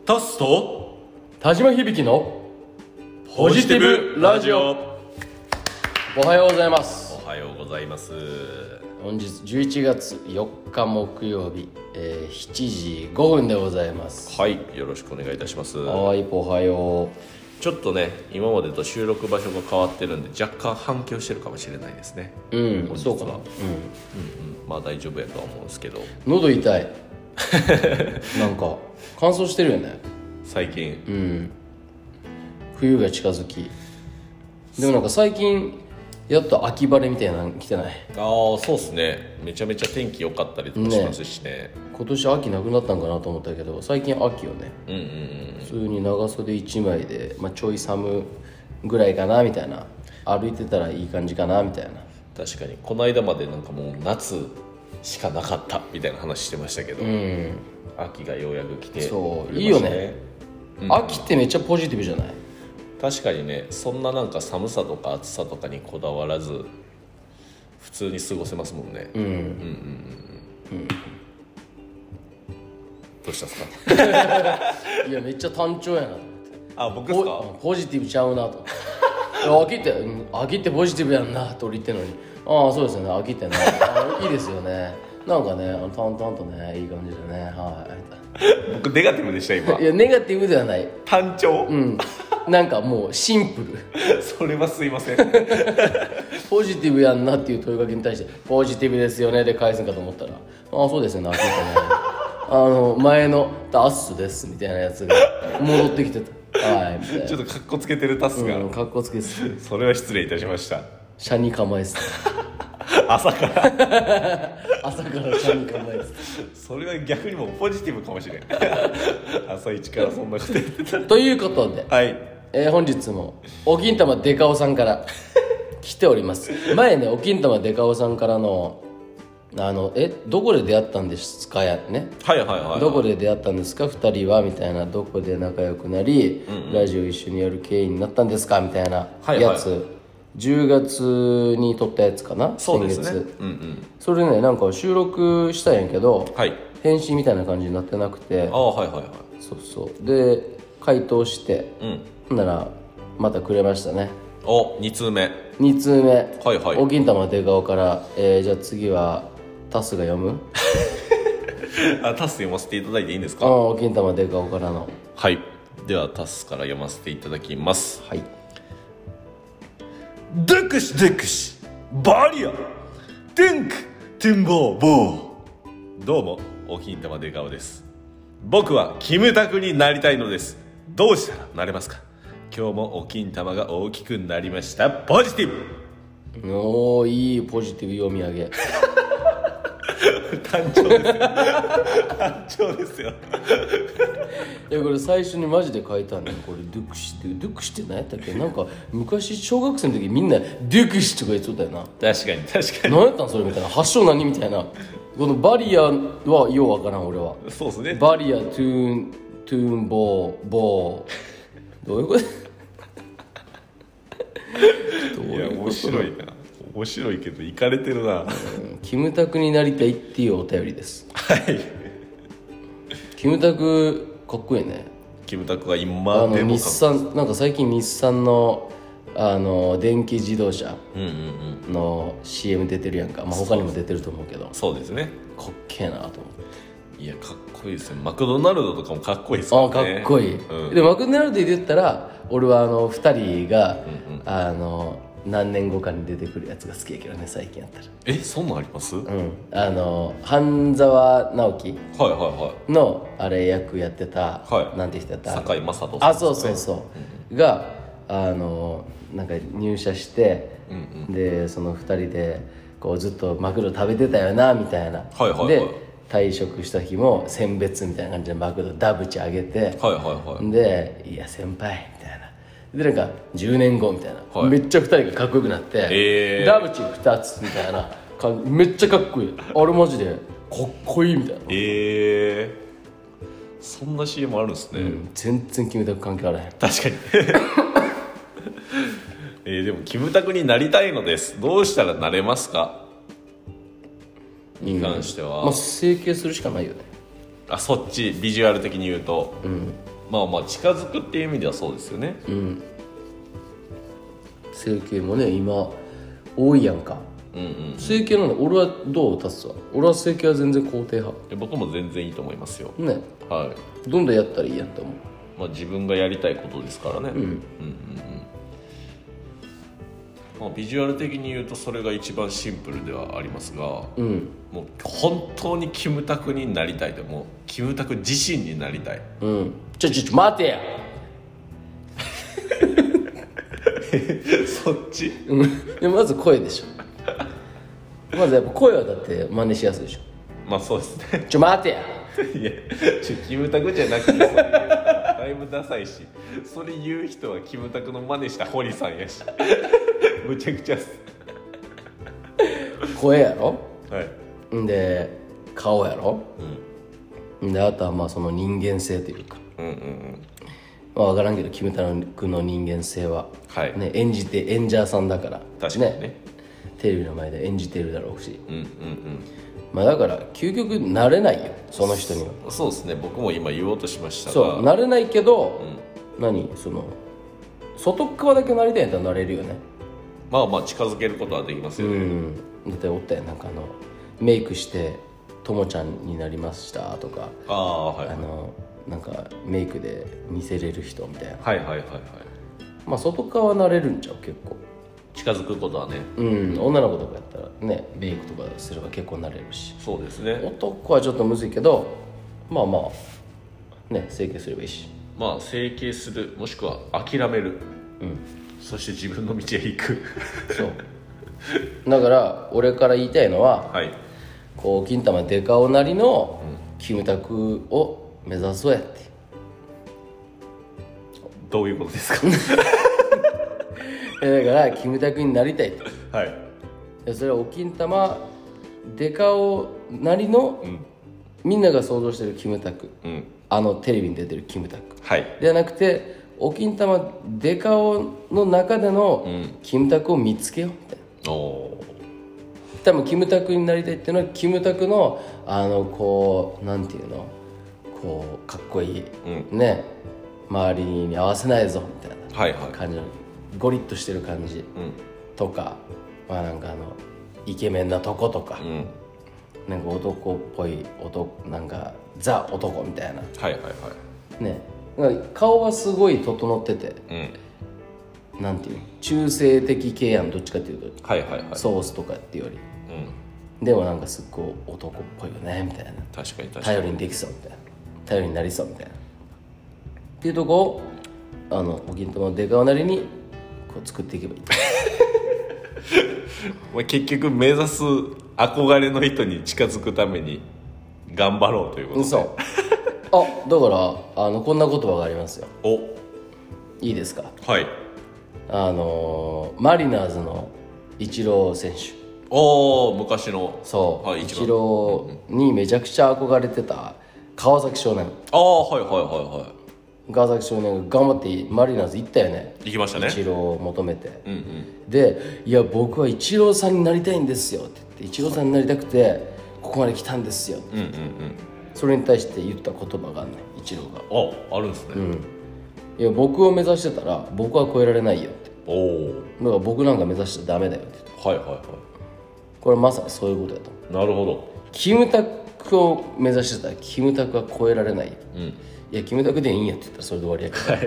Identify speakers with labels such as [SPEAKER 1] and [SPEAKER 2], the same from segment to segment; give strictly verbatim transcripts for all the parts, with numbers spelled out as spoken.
[SPEAKER 1] タスと
[SPEAKER 2] 田島響の
[SPEAKER 1] ポジティブラジオ。
[SPEAKER 2] おはようございます。
[SPEAKER 1] おはようございます。
[SPEAKER 2] 本日じゅういちがつよっか木曜日、えー、しちじごふんでございます。
[SPEAKER 1] はい、よろしくお願いいたします。
[SPEAKER 2] はい、おはよ
[SPEAKER 1] う。ちょっとね、今までと収録場所が変わってるんで若干反響してるかもしれないですね。
[SPEAKER 2] うん、そうかな。うん、うん、うん、
[SPEAKER 1] まあ大丈夫やとは思うんですけど、
[SPEAKER 2] 喉痛いなんか乾燥してるよね
[SPEAKER 1] 最近。
[SPEAKER 2] うん、冬が近づき、でもなんか最近やっと秋晴れみたいなの来てない？
[SPEAKER 1] ああ、そうっすね。めちゃめちゃ天気良かったりとかしますし ね, ね
[SPEAKER 2] 今年秋なくなったんかなと思ったけど、最近秋よね。
[SPEAKER 1] うんうんうん。
[SPEAKER 2] 普通に長袖いちまいで、まあ、ちょい寒ぐらいかなみたいな、歩いてたらいい感じかなみたいな。
[SPEAKER 1] 確かにこの間までなんかもう夏しかなかったみたいな話してましたけど、うん、秋がようやく来て、
[SPEAKER 2] そういいよね、うん、秋ってめっちゃポジティブじゃない？
[SPEAKER 1] 確かにね、そんななんか寒さとか暑さとかにこだわらず普通に過ごせますもんね。うんうんうんうん、うん、どうしたんですか？
[SPEAKER 2] いやめっちゃ単調やなと思って。
[SPEAKER 1] あ、僕ですか？
[SPEAKER 2] ポ, ポジティブちゃうなと思って秋って、うん、秋ってポジティブやんなと俺言ってんのに、ああそうですよね、秋ってねいいですよね、なんかね、あの淡々とね、いい感じでね、はい。
[SPEAKER 1] 僕ネガティブでした今。
[SPEAKER 2] いやネガティブではない、
[SPEAKER 1] 単調。
[SPEAKER 2] うん、なんかもうシンプル
[SPEAKER 1] それはすいません
[SPEAKER 2] ポジティブやんなっていう問いかけに対してポジティブですよねで返すんかと思ったら、ああそうですよね、秋ってねあの前のタッスですみたいなやつが戻ってきてた、はいみたいな。
[SPEAKER 1] ちょっとカッコつけてるタスが、
[SPEAKER 2] うん、カッコつけです。
[SPEAKER 1] それは失礼いたしました。
[SPEAKER 2] 車に構えす
[SPEAKER 1] 朝から
[SPEAKER 2] 朝から車に構えす。
[SPEAKER 1] それは逆にもポジティブかもしれん朝一からそんなことやってた
[SPEAKER 2] ということで、
[SPEAKER 1] はい、
[SPEAKER 2] えー、本日もお金玉デカオさんから来ております前ね、お金玉デカオさんからのあのえどこで出会ったんですかやね、
[SPEAKER 1] はいはいはい、はい、
[SPEAKER 2] どこで出会ったんですかふたりはみたいな、どこで仲良くなり、うんうん、ラジオ一緒にやる経緯になったんですかみたいなやつ、はいはい、じゅうがつに撮ったやつかな。
[SPEAKER 1] そうですね、
[SPEAKER 2] 先月、
[SPEAKER 1] うんうん、そ
[SPEAKER 2] れね、なんか収録したんやけど、
[SPEAKER 1] はい、
[SPEAKER 2] 返信みたいな感じになってなくて、
[SPEAKER 1] ああはいはいはい、
[SPEAKER 2] そうそうで回答して、うん、ならまたくれましたね。
[SPEAKER 1] お、に通目
[SPEAKER 2] に通目、
[SPEAKER 1] はいはい、
[SPEAKER 2] お銀玉出顔から、えー、じゃあ次はタスが読む
[SPEAKER 1] あ、タス読ませていただいていいんですか？
[SPEAKER 2] あ、お銀玉出顔からの。
[SPEAKER 1] はい、ではタスから読ませていただきます。
[SPEAKER 2] はい。
[SPEAKER 1] デクシデクシバリアテンクテンボーボー。どうもお金玉出顔です。僕はキムタクになりたいのです。どうしたらなれますか？今日もお金玉が大きくなりました。ポジティブ。
[SPEAKER 2] おー、いいポジティブ読み上げ
[SPEAKER 1] 単調ですよ単調ですよ
[SPEAKER 2] いやこれ最初にマジで書いたんだよ、これデュクシって、デュクシって何やったっけ？なんか昔小学生の時みんなデュクシとか言っとったよな。
[SPEAKER 1] 確かに確かに。
[SPEAKER 2] 何やったんそれみたいな、発祥何みたいな。このバリアはようわからん俺は。
[SPEAKER 1] そうですね、
[SPEAKER 2] バリアトゥーントゥーンボーボーどういうこと
[SPEAKER 1] どういうこと？いや面白いな、面白いけどイカれてるな、うん、
[SPEAKER 2] キムタクになりたいっていうお便りです。
[SPEAKER 1] はい
[SPEAKER 2] キムタクかっこいいね。
[SPEAKER 1] キムタクが今でも
[SPEAKER 2] 日産、なんか最近日産のあの電気自動車の シーエム 出てるやんか、まあ、他にも出てると思うけど、
[SPEAKER 1] そうですね、
[SPEAKER 2] かっけえなと思って。
[SPEAKER 1] いやかっこいいですね。マクドナルドとかもかっこいいですからね。
[SPEAKER 2] あ、かっこいい、うん、でマクドナルドで言ったら俺はあのふたりが、うんうん、あの何年後かに出てくるやつが好きやけどね、最近やったら。
[SPEAKER 1] え、そんなんあります？うん、
[SPEAKER 2] あの半沢直樹
[SPEAKER 1] はいはいはい
[SPEAKER 2] のあれ役やってた、
[SPEAKER 1] はい、
[SPEAKER 2] なんて人やった？
[SPEAKER 1] 堺雅人さん、ね、
[SPEAKER 2] あ、そうそうそう、うん、があのなんか入社して、うんうん、でそのふたりでこうずっとマクド食べてたよなみたいな、
[SPEAKER 1] はいはいはい、
[SPEAKER 2] で退職した日も選別みたいな感じでマクドダブチあげて、はい
[SPEAKER 1] はいはい、
[SPEAKER 2] でいや先輩みたいなでなんかじゅうねんごみたいな、はい、めっちゃふたりがかっこよくなって、えー、ダブチふたつみたいなめっちゃかっこいい、あれマジでかっこいいみたいな。
[SPEAKER 1] えー、そんな シーエム あるんですね、うん、
[SPEAKER 2] 全然キムタク関係あらへん。
[SPEAKER 1] 確かにえー、でもキムタクになりたいのです。どうしたらなれますかに関しては、
[SPEAKER 2] うん、まあ整形するしかないよね。
[SPEAKER 1] あ、そっちビジュアル的に言うと、
[SPEAKER 2] うん、
[SPEAKER 1] まあまあ近づくっていう意味ではそうですよね。
[SPEAKER 2] うん整形もね今多いやんか。
[SPEAKER 1] うんうん、
[SPEAKER 2] 整形なんで俺はどう立つわ。俺は整形は全然肯定派。
[SPEAKER 1] 僕も全然いいと思いますよ。
[SPEAKER 2] ね、
[SPEAKER 1] はい、
[SPEAKER 2] どんどんやったらいいやんと思う。
[SPEAKER 1] まあ、自分がやりたいことですからね。うんうんうんうん、まあ、ビジュアル的に言うとそれが一番シンプルではありますが、うん、もう本当にキムタクになりたいでもうキムタク自身になりたい、
[SPEAKER 2] うん、ちょちょちょ待てや
[SPEAKER 1] そっち、
[SPEAKER 2] うん、でまず声でしょ。まずやっぱ声はだって真似しやすいでしょ。
[SPEAKER 1] まあそうですね。
[SPEAKER 2] ちょ待てや
[SPEAKER 1] いやちょキムタクじゃなくてそれだいぶダサいし、それ言う人はキムタクの真似した堀さんやしむちゃくちゃっす。
[SPEAKER 2] 声やろ、
[SPEAKER 1] はい、
[SPEAKER 2] んで顔やろ、うん、であとはまあその人間性というか、うんうんうん、まあ分からんけどキムタクの人間性は、はいね、演じて演者さんだから
[SPEAKER 1] 確かにね、
[SPEAKER 2] テレビの前で演じてるだろうし、うんうんうん、
[SPEAKER 1] ま
[SPEAKER 2] あだから究極なれないよその人には。
[SPEAKER 1] そうですね、僕も今言おうとしましたが
[SPEAKER 2] そうなれないけど、うん、何その外側だけなりたいんだったらなれるよね。
[SPEAKER 1] まあまあ近づけることはできますよね、うん、
[SPEAKER 2] だっておったよなんかあのメイクしてともちゃんになりましたとか、
[SPEAKER 1] ああはい、はい、
[SPEAKER 2] あのなんかメイクで似せれる人みたいな、
[SPEAKER 1] はいはいはいはい、
[SPEAKER 2] まあ外側はなれるんちゃう結構
[SPEAKER 1] 近づくことはね、
[SPEAKER 2] うん、女の子とかやったらねメイクとかすれば結構なれるし。
[SPEAKER 1] そうですね、
[SPEAKER 2] 男はちょっとむずいけどまあまあね整形すればいいし、
[SPEAKER 1] まあ整形するもしくは諦める、うん、そして自分の道へ行く
[SPEAKER 2] そうだから俺から言いたいのは、
[SPEAKER 1] はい、
[SPEAKER 2] こう金玉デカオなりのキムタクを目指そうやって、
[SPEAKER 1] うん、どういうことですか
[SPEAKER 2] だからキムタクになりたいと、
[SPEAKER 1] はい、
[SPEAKER 2] それはお金玉デカオなりの、うん、みんなが想像してるキムタク、うん、あのテレビに出てるキムタク、はい、ではなくてお金玉デカオの中でのキムタクを見つけようみたいな、うん、お多分キムタクになりたいっていうのはキムタクのあのこうなんていうのこうかっこいい、うん、ね周りに合わせないぞみたいな感じの、はいはい、ゴリッとしてる感じ、うん、とかまあなんかあのイケメンなとことか、うん、なんか男っぽい男なんかザ男みたいな、はいはいはいね、顔はすごい整ってて、うん、なんていう中性的系やんどっちかっていうと、はいはいはい、ソースとかっていうより、うん、でもなんかすっごい男っぽいよねみたいな、確かに確かに頼りにできそうみたいな頼りになりそうみたいなっていうとこをあのお銀玉のデカオなりにこう作っていけばいい
[SPEAKER 1] 結局目指す憧れの人に近づくために頑張ろうということで、
[SPEAKER 2] そうあだからあのこんな言葉がありますよ。
[SPEAKER 1] お
[SPEAKER 2] いいですか。
[SPEAKER 1] はい。
[SPEAKER 2] あのマリナーズのイチロー選手、
[SPEAKER 1] おお昔の
[SPEAKER 2] そう、はい、イチローにめちゃくちゃ憧れてた川崎少年、
[SPEAKER 1] ああはいはいはいはい、
[SPEAKER 2] 川崎少年が頑張ってマリナーズ行ったよね。
[SPEAKER 1] 行きましたね、
[SPEAKER 2] イチローを求めて、うんうん、でいや僕はイチローさんになりたいんですよって言ってイチローさんになりたくてここまで来たんですよって、うんうんうん、それに対して言った言葉があるねイチロー
[SPEAKER 1] が。ああるんですね、うん、
[SPEAKER 2] いや僕を目指してたら僕は超えられないよって、おだから僕なんか目指しちゃダメだよって言って、はいはいはい、これはまさにそういうことやと。
[SPEAKER 1] なるほど。
[SPEAKER 2] キムタクを目指してたらキムタクは超えられないよ、うん、いやキムタクでいいんやって言ったらそれで終わりやから、はい、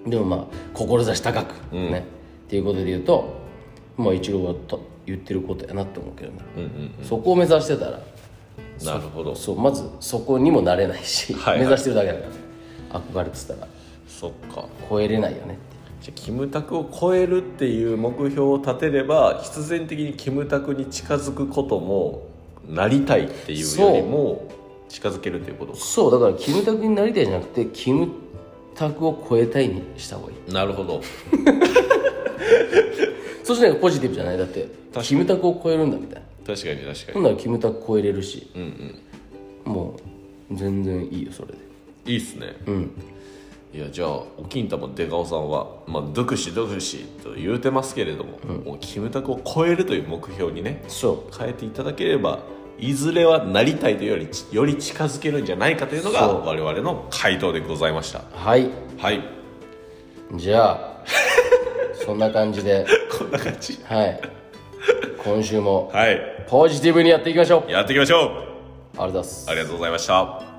[SPEAKER 2] でもまあ志高く、うん、ねっていうことで言うとまあイチローはと言ってることやなって思うけどね、うんうんうん、そこを目指してたら
[SPEAKER 1] なるほど。
[SPEAKER 2] そうまずそこにもなれないし、はいはい、目指してるだけだから憧れてたら
[SPEAKER 1] そっか
[SPEAKER 2] 超えれないよねって。
[SPEAKER 1] じゃあキムタクを超えるっていう目標を立てれば必然的にキムタクに近づくこともなりたいっていうよりも近づけるっていうことか。
[SPEAKER 2] そうだからキムタクになりたいじゃなくてキムタクを超えたいにした方がいい。
[SPEAKER 1] なるほど
[SPEAKER 2] そしたらポジティブじゃない。だってキムタクを超えるんだみたいな。
[SPEAKER 1] 確かに確かに。
[SPEAKER 2] ほんならキムタク超えれるし、うんうん、もう全然いいよそれで。
[SPEAKER 1] いいっすね。うん。いやじゃあお金玉デカオさんは、まあ、ドクシドクシと言うてますけれども、うん、もうキムタクを超えるという目標にねそう変えていただければいずれはなりたいというよりより近づけるんじゃないかというのが
[SPEAKER 2] そう
[SPEAKER 1] 我々の回答でございました。
[SPEAKER 2] はい
[SPEAKER 1] はい
[SPEAKER 2] じゃあそんな感じで
[SPEAKER 1] こんな感じ
[SPEAKER 2] はい今週も
[SPEAKER 1] はい
[SPEAKER 2] ポジティブにやっていきましょう。
[SPEAKER 1] やっていきましょう。
[SPEAKER 2] ありがとうございます。
[SPEAKER 1] ありがとうございました。